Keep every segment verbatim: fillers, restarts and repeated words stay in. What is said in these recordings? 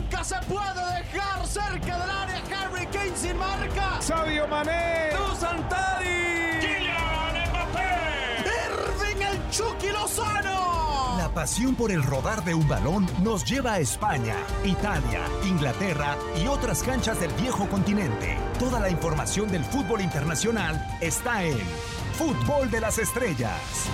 Nunca se puede dejar cerca del área Harry Kane sin marca. Sadio Mané. Dusan Tadic. Kylian Mbappé. Irving el Chucky Lozano. La pasión por el rodar de un balón nos lleva a España, Italia, Inglaterra y otras canchas del viejo continente. Toda la información del fútbol internacional está en Fútbol de las Estrellas.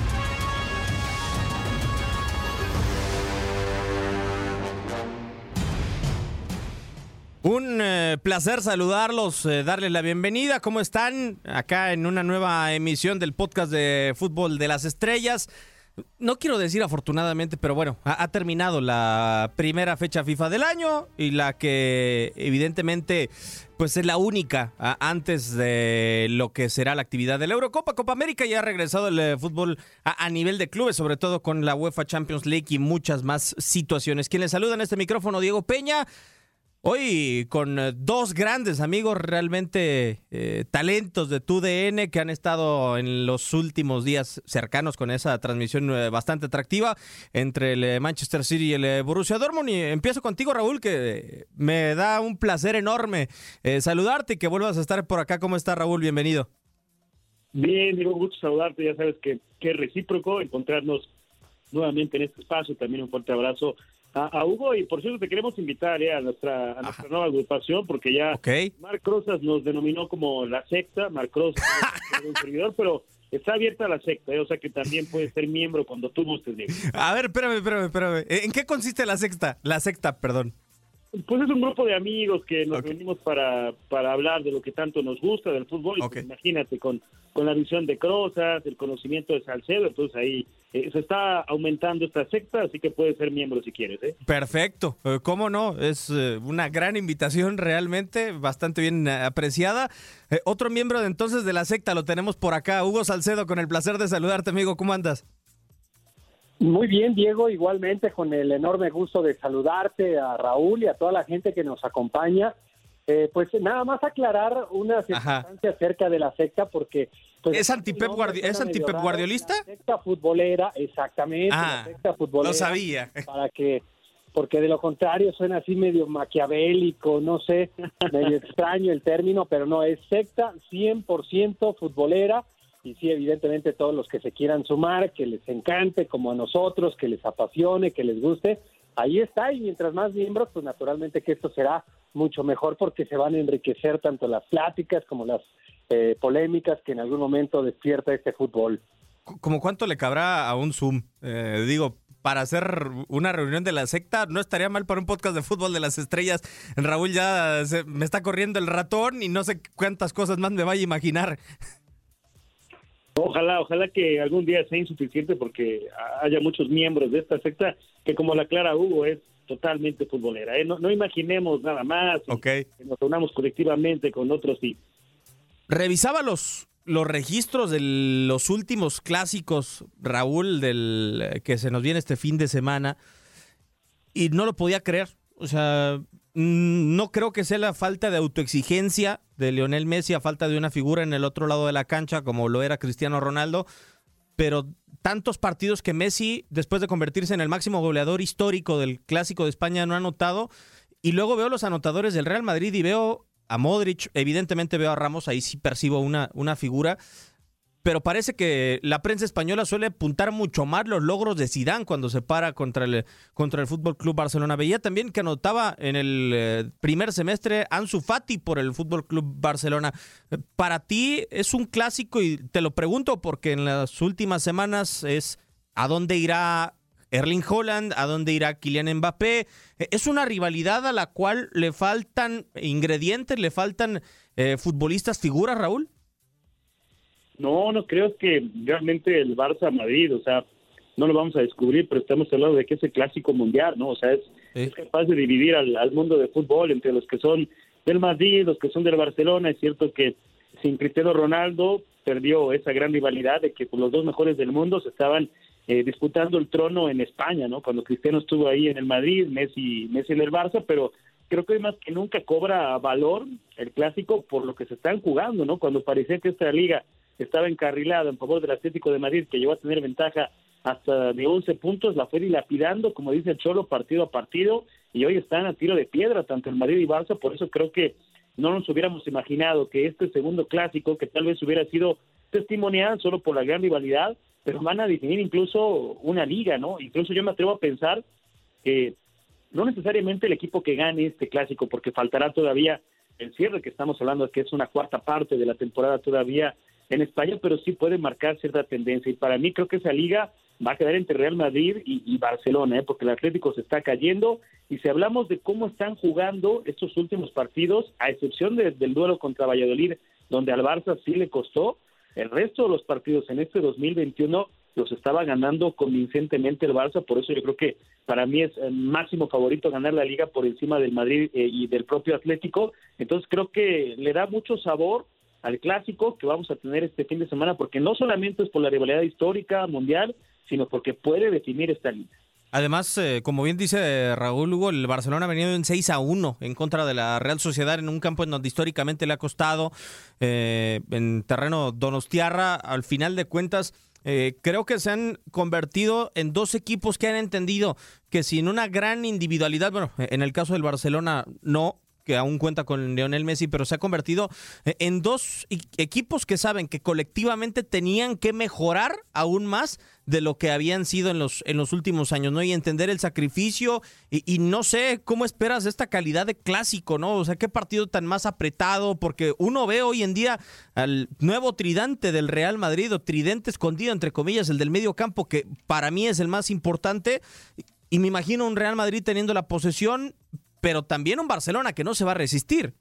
Un eh, placer saludarlos, eh, darles la bienvenida. ¿Cómo están? Acá en una nueva emisión del podcast de Fútbol de las Estrellas. No quiero decir afortunadamente, pero bueno, ha, ha terminado la primera fecha FIFA del año y la que evidentemente pues es la única a, antes de lo que será la actividad de la Eurocopa, Copa América. Ya ha regresado el eh, fútbol a, a nivel de clubes, sobre todo con la UEFA Champions League y muchas más situaciones. Quien les saluda en este micrófono, Diego Peña. Hoy con dos grandes amigos, realmente eh, talentos de T U D N que han estado en los últimos días cercanos con esa transmisión eh, bastante atractiva entre el eh, Manchester City y el eh, Borussia Dortmund. Y empiezo contigo, Raúl, que me da un placer enorme eh, saludarte y que vuelvas a estar por acá. ¿Cómo estás, Raúl? Bienvenido. Bien, digo, gusto saludarte. Ya sabes que, que es recíproco encontrarnos nuevamente en este espacio. También un fuerte abrazo A, a Hugo, y por cierto te queremos invitar eh, a nuestra a nuestra nueva agrupación, porque ya okay. Marc Rosas nos denominó como la secta. Marc Rosas es un servidor, pero está abierta la secta, eh, o sea que también puedes ser miembro cuando tú gustes, Diego. A ver, espérame, espérame, espérame. ¿En qué consiste la secta? La secta, perdón. Pues es un grupo de amigos que nos okay. reunimos para, para hablar de lo que tanto nos gusta del fútbol. Y okay. pues, imagínate, con, con la visión de Rosas, el conocimiento de Salcedo, entonces ahí eh, se está aumentando esta secta, así que puedes ser miembro si quieres. ¿eh? Perfecto, eh, cómo no, es eh, una gran invitación realmente, bastante bien eh, apreciada. Eh, otro miembro de entonces de la secta lo tenemos por acá, Hugo Salcedo, con el placer de saludarte, amigo. ¿Cómo andas? Muy bien, Diego, igualmente con el enorme gusto de saludarte, a Raúl y a toda la gente que nos acompaña. Eh, pues nada más aclarar una circunstancia acerca de la secta, porque... Pues, ¿Es anti-Pep Guardi- ¿es anti-Pep Guardiolista? La secta futbolera, exactamente, ah, la secta futbolera. Lo sabía. Para que, porque de lo contrario suena así medio maquiavélico, no sé, medio extraño el término, pero no, es secta cien por ciento futbolera. Y sí, evidentemente todos los que se quieran sumar, que les encante, como a nosotros, que les apasione, que les guste, ahí está. Y mientras más miembros, pues naturalmente que esto será mucho mejor, porque se van a enriquecer tanto las pláticas como las eh, polémicas que en algún momento despierta este fútbol. ¿Cómo cuánto le cabrá a un Zoom? Eh, digo, para hacer una reunión de la secta, no estaría mal para un podcast de Fútbol de las Estrellas. Raúl ya se, me está corriendo el ratón y no sé cuántas cosas más me vaya a imaginar. Ojalá, ojalá que algún día sea insuficiente, porque haya muchos miembros de esta secta que, como la aclara Hugo, es totalmente futbolera. ¿eh? No, no imaginemos nada más, okay. que nos unamos colectivamente con otros. Y... Revisaba los, los registros de los últimos clásicos, Raúl, del que se nos viene este fin de semana, y no lo podía creer. O sea, no creo que sea la falta de autoexigencia de Lionel Messi a falta de una figura en el otro lado de la cancha como lo era Cristiano Ronaldo, pero tantos partidos que Messi, después de convertirse en el máximo goleador histórico del Clásico de España, no ha anotado, y luego veo los anotadores del Real Madrid y veo a Modric, evidentemente veo a Ramos, ahí sí percibo una, una figura, pero parece que la prensa española suele apuntar mucho más los logros de Zidane cuando se para contra el, contra el Fútbol Club Barcelona. Veía también que anotaba en el eh, primer semestre Ansu Fati por el Fútbol Club Barcelona. Para ti es un clásico, y te lo pregunto porque en las últimas semanas es ¿a dónde irá Erling Haaland? ¿A dónde irá Kylian Mbappé? Es una rivalidad a la cual le faltan ingredientes, le faltan eh, futbolistas figuras, Raúl. No, no creo que realmente el Barça-Madrid, o sea, no lo vamos a descubrir, pero estamos hablando de que es el clásico mundial, ¿no? O sea, es, sí. es capaz de dividir al, al mundo de fútbol entre los que son del Madrid, los que son del Barcelona. Es cierto que sin Cristiano Ronaldo perdió esa gran rivalidad de que pues, los dos mejores del mundo se estaban eh, disputando el trono en España, ¿no? Cuando Cristiano estuvo ahí en el Madrid, Messi, Messi en el Barça, pero creo que hoy más que nunca cobra valor el clásico por lo que se están jugando, ¿no? Cuando parecía que esta liga estaba encarrilada en favor del Atlético de Madrid, que llegó a tener ventaja hasta de once puntos, la fue dilapidando, como dice el Cholo, partido a partido, y hoy están a tiro de piedra, tanto el Madrid y Barça. Por eso creo que no nos hubiéramos imaginado que este segundo clásico, que tal vez hubiera sido testimonial solo por la gran rivalidad, pero van a definir incluso una liga, ¿no? Incluso yo me atrevo a pensar que no necesariamente el equipo que gane este clásico, porque faltará todavía el cierre, que estamos hablando que es una cuarta parte de la temporada todavía en España, pero sí puede marcar cierta tendencia. Y para mí creo que esa liga va a quedar entre Real Madrid y, y Barcelona, ¿eh? Porque el Atlético se está cayendo. Y si hablamos de cómo están jugando estos últimos partidos, a excepción de, del duelo contra Valladolid, donde al Barça sí le costó, el resto de los partidos en este dos mil veintiuno los estaba ganando convincentemente el Barça. Por eso yo creo que para mí es el máximo favorito ganar la Liga por encima del Madrid eh, y del propio Atlético. Entonces creo que le da mucho sabor al clásico que vamos a tener este fin de semana, porque no solamente es por la rivalidad histórica mundial, sino porque puede definir esta liga. Además, eh, como bien dice Raúl Hugo, el Barcelona ha venido en seis a uno en contra de la Real Sociedad en un campo en donde históricamente le ha costado, eh, en terreno donostiarra. Al final de cuentas, eh, creo que se han convertido en dos equipos que han entendido que sin una gran individualidad, bueno, en el caso del Barcelona no, que aún cuenta con Lionel Messi, pero se ha convertido en dos equipos que saben que colectivamente tenían que mejorar aún más de lo que habían sido en los en los últimos años, ¿no? Y entender el sacrificio y, y no sé cómo esperas esta calidad de clásico, ¿no? O sea, qué partido tan más apretado, porque uno ve hoy en día al nuevo tridente del Real Madrid, o tridente escondido, entre comillas, el del medio campo, que para mí es el más importante, y me imagino un Real Madrid teniendo la posesión, pero también un Barcelona que no se va a resistir.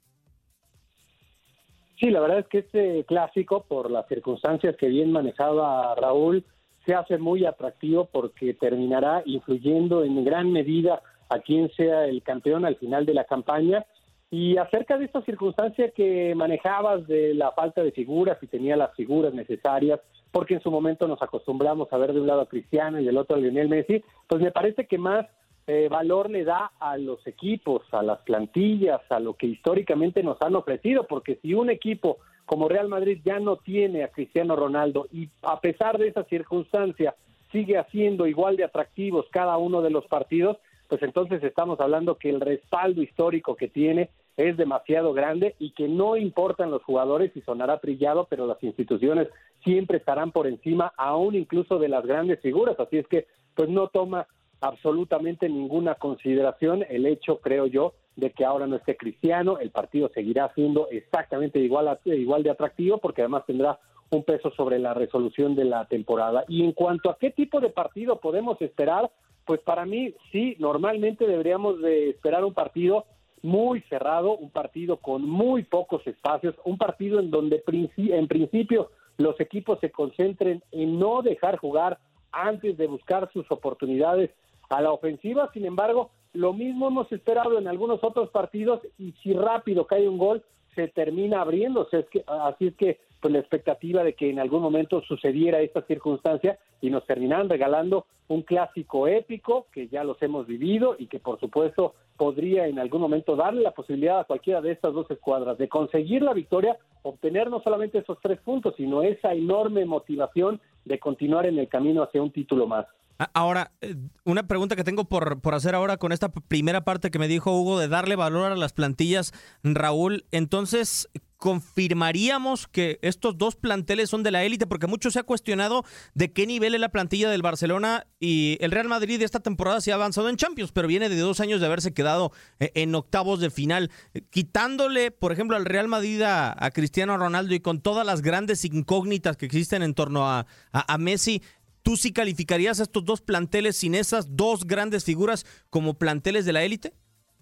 Sí, la verdad es que este clásico, por las circunstancias que bien manejaba Raúl, se hace muy atractivo porque terminará influyendo en gran medida a quien sea el campeón al final de la campaña. Y acerca de esta circunstancia que manejabas de la falta de figuras, y tenía las figuras necesarias, porque en su momento nos acostumbramos a ver de un lado a Cristiano y del otro a Lionel Messi, pues me parece que más Eh, valor le da a los equipos, a las plantillas, a lo que históricamente nos han ofrecido, porque si un equipo como Real Madrid ya no tiene a Cristiano Ronaldo y a pesar de esa circunstancia sigue haciendo igual de atractivos cada uno de los partidos, pues entonces estamos hablando que el respaldo histórico que tiene es demasiado grande y que no importan los jugadores, y sonará trillado, pero las instituciones siempre estarán por encima, aún incluso de las grandes figuras. Así es que pues no toma absolutamente ninguna consideración el hecho, creo yo, de que ahora no esté Cristiano. El partido seguirá siendo exactamente igual, a, igual de atractivo, porque además tendrá un peso sobre la resolución de la temporada. Y en cuanto a qué tipo de partido podemos esperar, pues para mí sí, normalmente deberíamos de esperar un partido muy cerrado, un partido con muy pocos espacios, un partido en donde en principio los equipos se concentren en no dejar jugar antes de buscar sus oportunidades a la ofensiva. Sin embargo, lo mismo hemos esperado en algunos otros partidos, y si rápido cae un gol, se termina abriendo. O sea, es que, así es que pues la expectativa de que en algún momento sucediera esta circunstancia y nos terminaran regalando un clásico épico, que ya los hemos vivido y que por supuesto podría en algún momento darle la posibilidad a cualquiera de estas dos escuadras de conseguir la victoria, obtener no solamente esos tres puntos, sino esa enorme motivación de continuar en el camino hacia un título más. Ahora, una pregunta que tengo por, por hacer ahora con esta primera parte que me dijo Hugo de darle valor a las plantillas, Raúl. Entonces, ¿confirmaríamos que estos dos planteles son de la élite? Porque mucho se ha cuestionado de qué nivel es la plantilla del Barcelona, y el Real Madrid esta temporada se ha avanzado en Champions, pero viene de dos años de haberse quedado en octavos de final. Quitándole, por ejemplo, al Real Madrid a, a Cristiano Ronaldo y con todas las grandes incógnitas que existen en torno a, a, a Messi, ¿tú sí calificarías a estos dos planteles sin esas dos grandes figuras como planteles de la élite?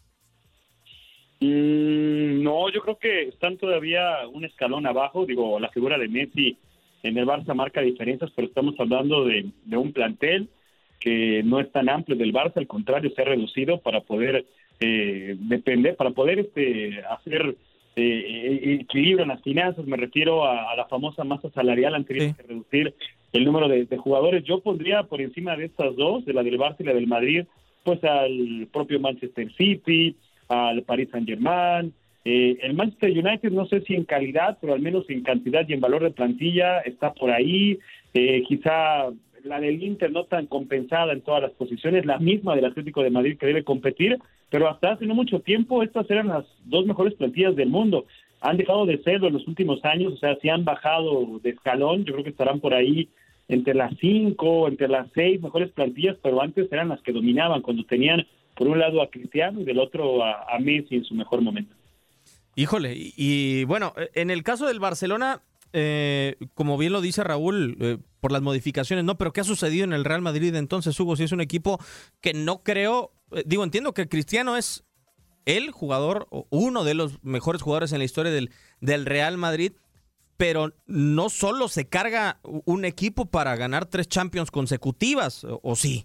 Mm, no, yo creo que están todavía un escalón abajo. Digo, la figura de Messi en el Barça marca diferencias, pero estamos hablando de, de un plantel que no es tan amplio del Barça, al contrario, se ha reducido para poder eh, depender, para poder este hacer eh, equilibrio en las finanzas. Me refiero a, a la famosa masa salarial, han tenido sí. que reducir el número de, de jugadores. Yo pondría por encima de estas dos, de la del Barça y la del Madrid, pues al propio Manchester City, al Paris Saint-Germain, eh, el Manchester United, no sé si en calidad, pero al menos en cantidad y en valor de plantilla está por ahí. Eh, quizá la del Inter no tan compensada en todas las posiciones, la misma del Atlético de Madrid que debe competir, pero hasta hace no mucho tiempo estas eran las dos mejores plantillas del mundo. Han dejado de serlo en los últimos años, o sea, si han bajado de escalón, yo creo que estarán por ahí entre las cinco, entre las seis mejores plantillas, pero antes eran las que dominaban, cuando tenían por un lado a Cristiano y del otro a, a Messi en su mejor momento. Híjole, y, y bueno, en el caso del Barcelona, eh, como bien lo dice Raúl, eh, por las modificaciones, ¿no? Pero ¿qué ha sucedido en el Real Madrid entonces, Hugo? Si es un equipo que no creo, eh, digo, entiendo que Cristiano es el jugador, o uno de los mejores jugadores en la historia del, del Real Madrid, pero no solo se carga un equipo para ganar tres Champions consecutivas, ¿o, o sí?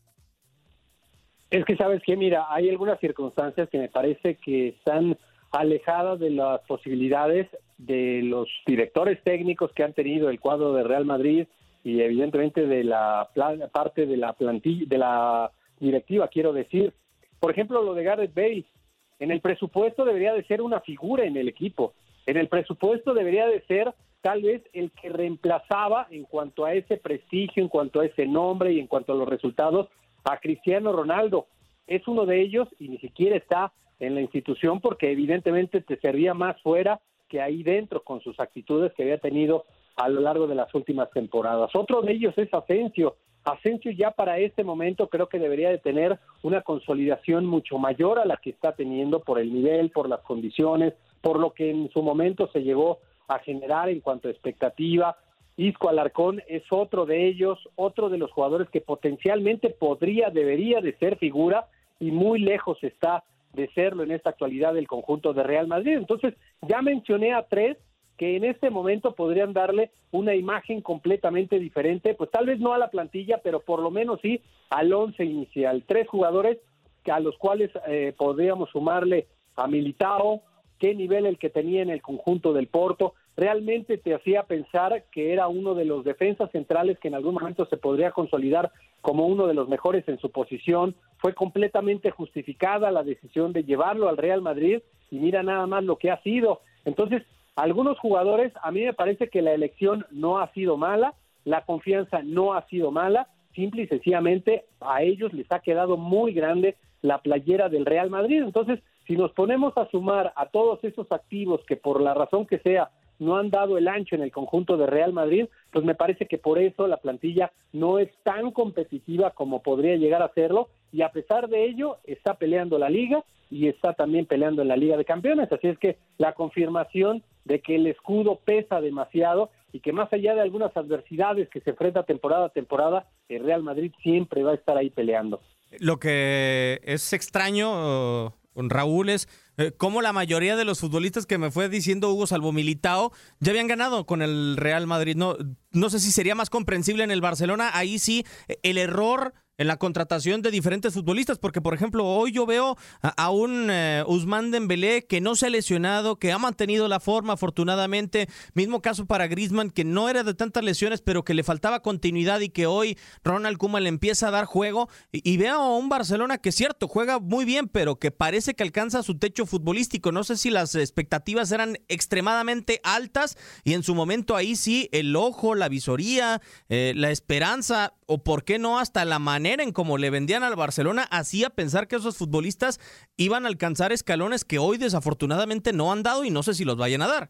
Es que, ¿sabes qué? Mira, hay algunas circunstancias que me parece que están alejadas de las posibilidades de los directores técnicos que han tenido el cuadro de Real Madrid y evidentemente de la plan- parte de la plantilla, de la directiva, quiero decir. Por ejemplo, lo de Gareth Bale. En el presupuesto debería de ser una figura en el equipo. En el presupuesto debería de ser tal vez el que reemplazaba en cuanto a ese prestigio, en cuanto a ese nombre y en cuanto a los resultados a Cristiano Ronaldo. Es uno de ellos y ni siquiera está en la institución porque evidentemente te servía más fuera que ahí dentro con sus actitudes que había tenido a lo largo de las últimas temporadas. Otro de ellos es Asensio. Asensio ya para este momento creo que debería de tener una consolidación mucho mayor a la que está teniendo por el nivel, por las condiciones, por lo que en su momento se llegó a generar en cuanto a expectativa. Isco Alarcón es otro de ellos, otro de los jugadores que potencialmente podría, debería de ser figura y muy lejos está de serlo en esta actualidad del conjunto de Real Madrid. Entonces, ya mencioné a tres que en este momento podrían darle una imagen completamente diferente, pues tal vez no a la plantilla, pero por lo menos sí al once inicial. Tres jugadores que a los cuales eh, podríamos sumarle a Militao, qué nivel el que tenía en el conjunto del Porto, realmente te hacía pensar que era uno de los defensas centrales que en algún momento se podría consolidar como uno de los mejores en su posición. Fue completamente justificada la decisión de llevarlo al Real Madrid y mira nada más lo que ha sido. Entonces, algunos jugadores, a mí me parece que la elección no ha sido mala, la confianza no ha sido mala, simple y sencillamente a ellos les ha quedado muy grande la playera del Real Madrid. Entonces, si nos ponemos a sumar a todos esos activos que por la razón que sea no han dado el ancho en el conjunto de Real Madrid, pues me parece que por eso la plantilla no es tan competitiva como podría llegar a serlo, y a pesar de ello está peleando la Liga y está también peleando en la Liga de Campeones. Así es que la confirmación de que el escudo pesa demasiado y que más allá de algunas adversidades que se enfrenta temporada a temporada, el Real Madrid siempre va a estar ahí peleando. Lo que es extraño, Raúl, es eh, cómo la mayoría de los futbolistas que me fue diciendo Hugo, salvo Militao, ya habían ganado con el Real Madrid. No, no sé si sería más comprensible en el Barcelona. Ahí sí, el error en la contratación de diferentes futbolistas, porque por ejemplo hoy yo veo a, a un eh, Ousmane Dembélé que no se ha lesionado, que ha mantenido la forma afortunadamente, mismo caso para Griezmann, que no era de tantas lesiones pero que le faltaba continuidad y que hoy Ronald Koeman le empieza a dar juego, y, y veo a un Barcelona que cierto, juega muy bien, pero que parece que alcanza su techo futbolístico. No sé si las expectativas eran extremadamente altas y en su momento ahí sí el ojo, la visoría, eh, la esperanza, o por qué no hasta la manera en cómo le vendían al Barcelona hacía pensar que esos futbolistas iban a alcanzar escalones que hoy desafortunadamente no han dado y no sé si los vayan a dar.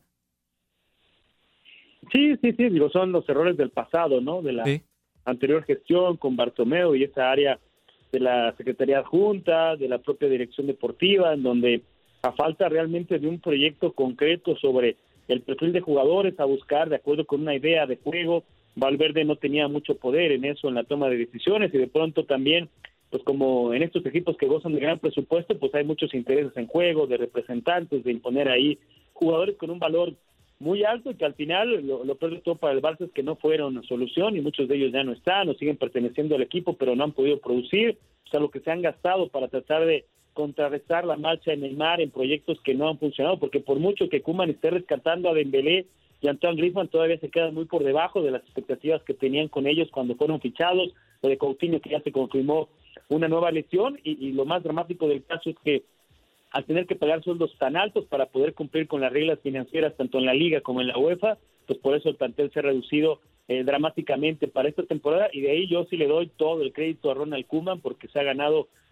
Sí, sí, sí, digo, son los errores del pasado, ¿no? De la sí. anterior gestión con Bartomeu y esa área de la Secretaría Adjunta, de la propia Dirección Deportiva, en donde a falta realmente de un proyecto concreto sobre el perfil de jugadores a buscar de acuerdo con una idea de juego, Valverde no tenía mucho poder en eso, en la toma de decisiones, y de pronto también, pues como en estos equipos que gozan de gran presupuesto, pues hay muchos intereses en juego, de representantes, de imponer ahí jugadores con un valor muy alto, y que al final lo, lo peor de todo para el Barça es que no fueron solución, y muchos de ellos ya no están, o siguen perteneciendo al equipo, pero no han podido producir, o sea, lo que se han gastado para tratar de contrarrestar la marcha de Neymar en proyectos que no han funcionado, porque por mucho que Koeman esté rescatando a Dembélé y Antoine Griezmann, todavía se quedan muy por debajo de las expectativas que tenían con ellos cuando fueron fichados, o de Coutinho, que ya se confirmó una nueva lesión, y, y lo más dramático del caso es que al tener que pagar sueldos tan altos para poder cumplir con las reglas financieras tanto en la Liga como en la UEFA, pues por eso el plantel se ha reducido eh, dramáticamente para esta temporada, y de ahí yo sí le doy todo el crédito a Ronald Koeman porque se ha ganado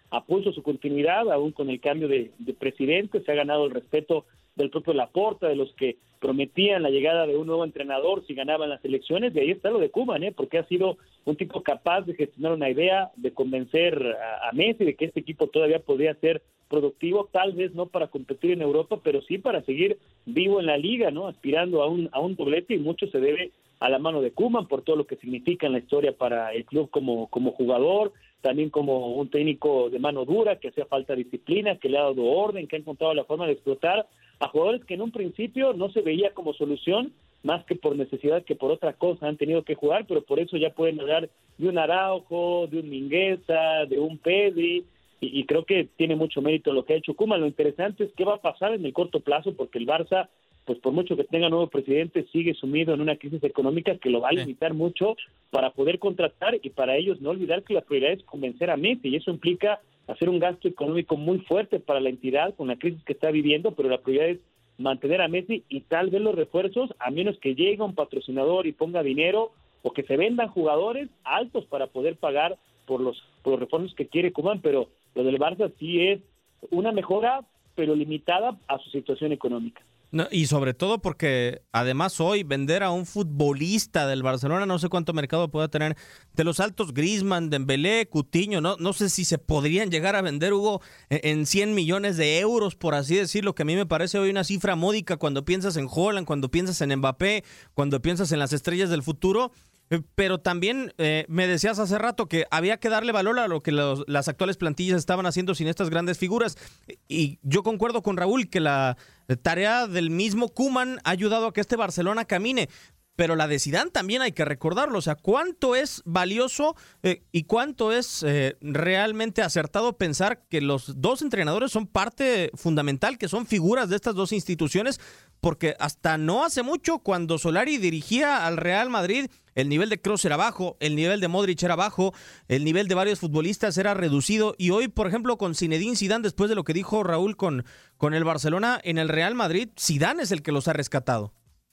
a pulso su continuidad, aún con el cambio de, de presidente, se ha ganado el respeto del propio Laporta, de los que prometían la llegada de un nuevo entrenador si ganaban las elecciones, y ahí está lo de Koeman, ¿eh? porque ha sido un tipo capaz de gestionar una idea, de convencer a, a Messi de que este equipo todavía podría ser productivo, tal vez no para competir en Europa, pero sí para seguir vivo en la liga, ¿no? Aspirando a un, a un doblete, y mucho se debe a la mano de Koeman por todo lo que significa en la historia para el club como, como jugador, también como un técnico de mano dura, que hacía falta disciplina, que le ha dado orden, que ha encontrado la forma de explotar a jugadores que en un principio no se veía como solución, más que por necesidad que por otra cosa han tenido que jugar, pero por eso ya pueden hablar de un Araujo, de un Mingueza, de un Pedri, y, y creo que tiene mucho mérito lo que ha hecho Koeman. Lo interesante es qué va a pasar en el corto plazo, porque el Barça, pues por mucho que tenga nuevo presidente, sigue sumido en una crisis económica que lo va a limitar mucho para poder contratar, y para ellos no olvidar que la prioridad es convencer a Messi, y eso implica hacer un gasto económico muy fuerte para la entidad con la crisis que está viviendo, pero la prioridad es mantener a Messi y tal vez los refuerzos, a menos que llegue un patrocinador y ponga dinero, o que se vendan jugadores altos para poder pagar por los, por los refuerzos que quiere Koeman, pero lo del Barça sí es una mejora, pero limitada a su situación económica. No, y sobre todo porque además hoy vender a un futbolista del Barcelona, no sé cuánto mercado pueda tener, de los altos, Griezmann, Dembélé, Coutinho, no, no sé si se podrían llegar a vender, Hugo, en cien millones de euros, por así decirlo, que a mí me parece hoy una cifra módica cuando piensas en Haaland, cuando piensas en Mbappé, cuando piensas en las estrellas del futuro. Pero también eh, me decías hace rato que había que darle valor a lo que los, las actuales plantillas estaban haciendo sin estas grandes figuras, y yo concuerdo con Raúl que la tarea del mismo Koeman ha ayudado a que este Barcelona camine, pero la de Zidane también hay que recordarlo. O sea, cuánto es valioso eh, y cuánto es eh, realmente acertado pensar que los dos entrenadores son parte fundamental, que son figuras de estas dos instituciones, porque hasta no hace mucho, cuando Solari dirigía al Real Madrid, el nivel de Kroos era bajo, el nivel de Modric era bajo, el nivel de varios futbolistas era reducido, y hoy, por ejemplo, con Zinedine Zidane, después de lo que dijo Raúl con, con el Barcelona, en el Real Madrid, Zidane es el que los ha rescatado.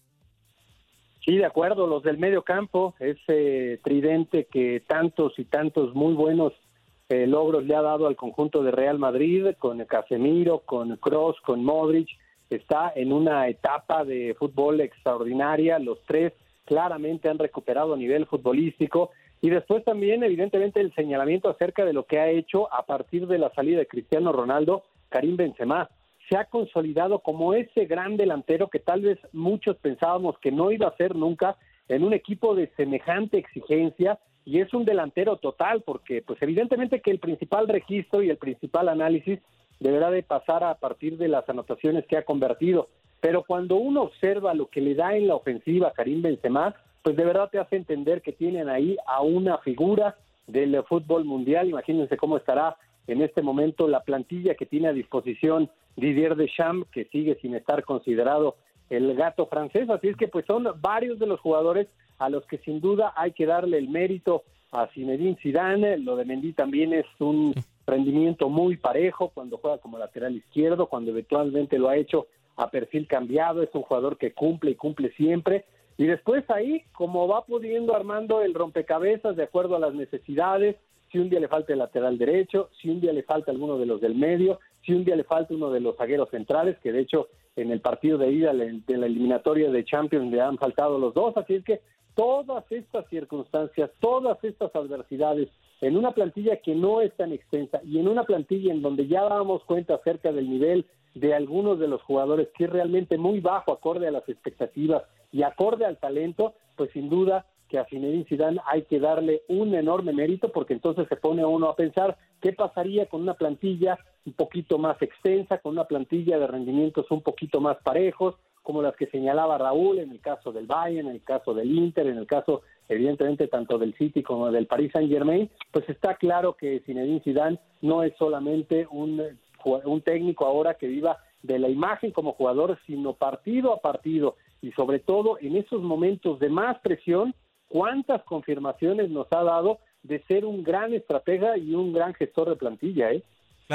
Sí, de acuerdo, los del medio campo, ese tridente que tantos y tantos muy buenos eh, logros le ha dado al conjunto de Real Madrid, con Casemiro, con Kroos, con Modric, está en una etapa de fútbol extraordinaria. Los tres claramente han recuperado a nivel futbolístico, y después también evidentemente el señalamiento acerca de lo que ha hecho a partir de la salida de Cristiano Ronaldo, Karim Benzema. Se ha consolidado como ese gran delantero que tal vez muchos pensábamos que no iba a ser nunca en un equipo de semejante exigencia, y es un delantero total, porque pues evidentemente que el principal registro y el principal análisis deberá de pasar a partir de las anotaciones que ha convertido, pero cuando uno observa lo que le da en la ofensiva Karim Benzema, pues de verdad te hace entender que tienen ahí a una figura del fútbol mundial. Imagínense cómo estará en este momento la plantilla que tiene a disposición Didier Deschamps, que sigue sin estar considerado el gato francés. Así es que pues son varios de los jugadores a los que sin duda hay que darle el mérito a Zinedine Zidane. Lo de Mendy también es un rendimiento muy parejo cuando juega como lateral izquierdo, cuando eventualmente lo ha hecho a perfil cambiado. Es un jugador que cumple y cumple siempre, y después ahí como va pudiendo armando el rompecabezas de acuerdo a las necesidades. Si un día le falta el lateral derecho, si un día le falta alguno de los del medio, si un día le falta uno de los zagueros centrales, que de hecho en el partido de ida de la eliminatoria de Champions le han faltado los dos. Así es que todas estas circunstancias, todas estas adversidades, en una plantilla que no es tan extensa y en una plantilla en donde ya damos cuenta acerca del nivel de algunos de los jugadores, que es realmente muy bajo acorde a las expectativas y acorde al talento, pues sin duda que a Zinedine Zidane hay que darle un enorme mérito, porque entonces se pone uno a pensar qué pasaría con una plantilla un poquito más extensa, con una plantilla de rendimientos un poquito más parejos, como las que señalaba Raúl, en el caso del Bayern, en el caso del Inter, en el caso evidentemente tanto del City como del Paris Saint-Germain. Pues está claro que Zinedine Zidane no es solamente un, un técnico ahora que viva de la imagen como jugador, sino partido a partido, y sobre todo en esos momentos de más presión, cuántas confirmaciones nos ha dado de ser un gran estratega y un gran gestor de plantilla, ¿eh? Claro,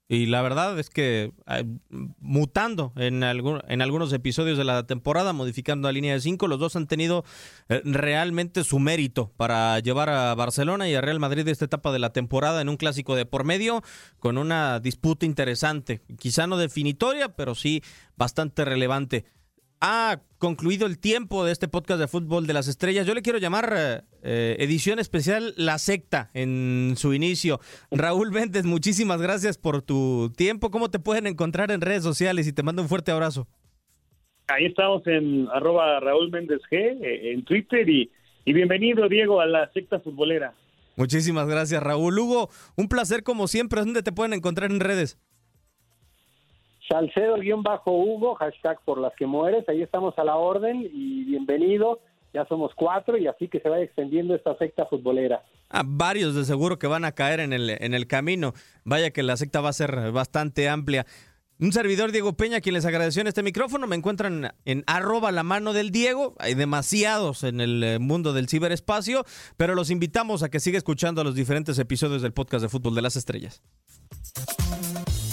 Y la verdad es que eh, mutando en, algún, en algunos episodios de la temporada, modificando la línea de cinco, los dos han tenido eh, realmente su mérito para llevar a Barcelona y a Real Madrid esta etapa de la temporada en un clásico de por medio, con una disputa interesante. Quizá no definitoria, pero sí bastante relevante. Ha concluido el tiempo de este podcast de Fútbol de las Estrellas. Yo le quiero llamar eh, edición especial La Secta en su inicio. Raúl Méndez, muchísimas gracias por tu tiempo. ¿Cómo te pueden encontrar en redes sociales? Y te mando un fuerte abrazo. Ahí estamos en arroba Raúl Méndez G, en Twitter, y, y bienvenido, Diego, a La Secta Futbolera. Muchísimas gracias, Raúl. Hugo, un placer como siempre. ¿Dónde te pueden encontrar en redes? Salcedo-Hugo, hashtag por las que mueres, ahí estamos a la orden y bienvenido, ya somos cuatro y así que se vaya extendiendo esta secta futbolera. Ah, varios de seguro que van a caer en el, en el camino, vaya que la secta va a ser bastante amplia. Un servidor, Diego Peña, quien les agradeció en este micrófono. Me encuentran en arroba la mano del Diego. Hay demasiados en el mundo del ciberespacio, pero los invitamos a que siga escuchando los diferentes episodios del podcast de Fútbol de las Estrellas.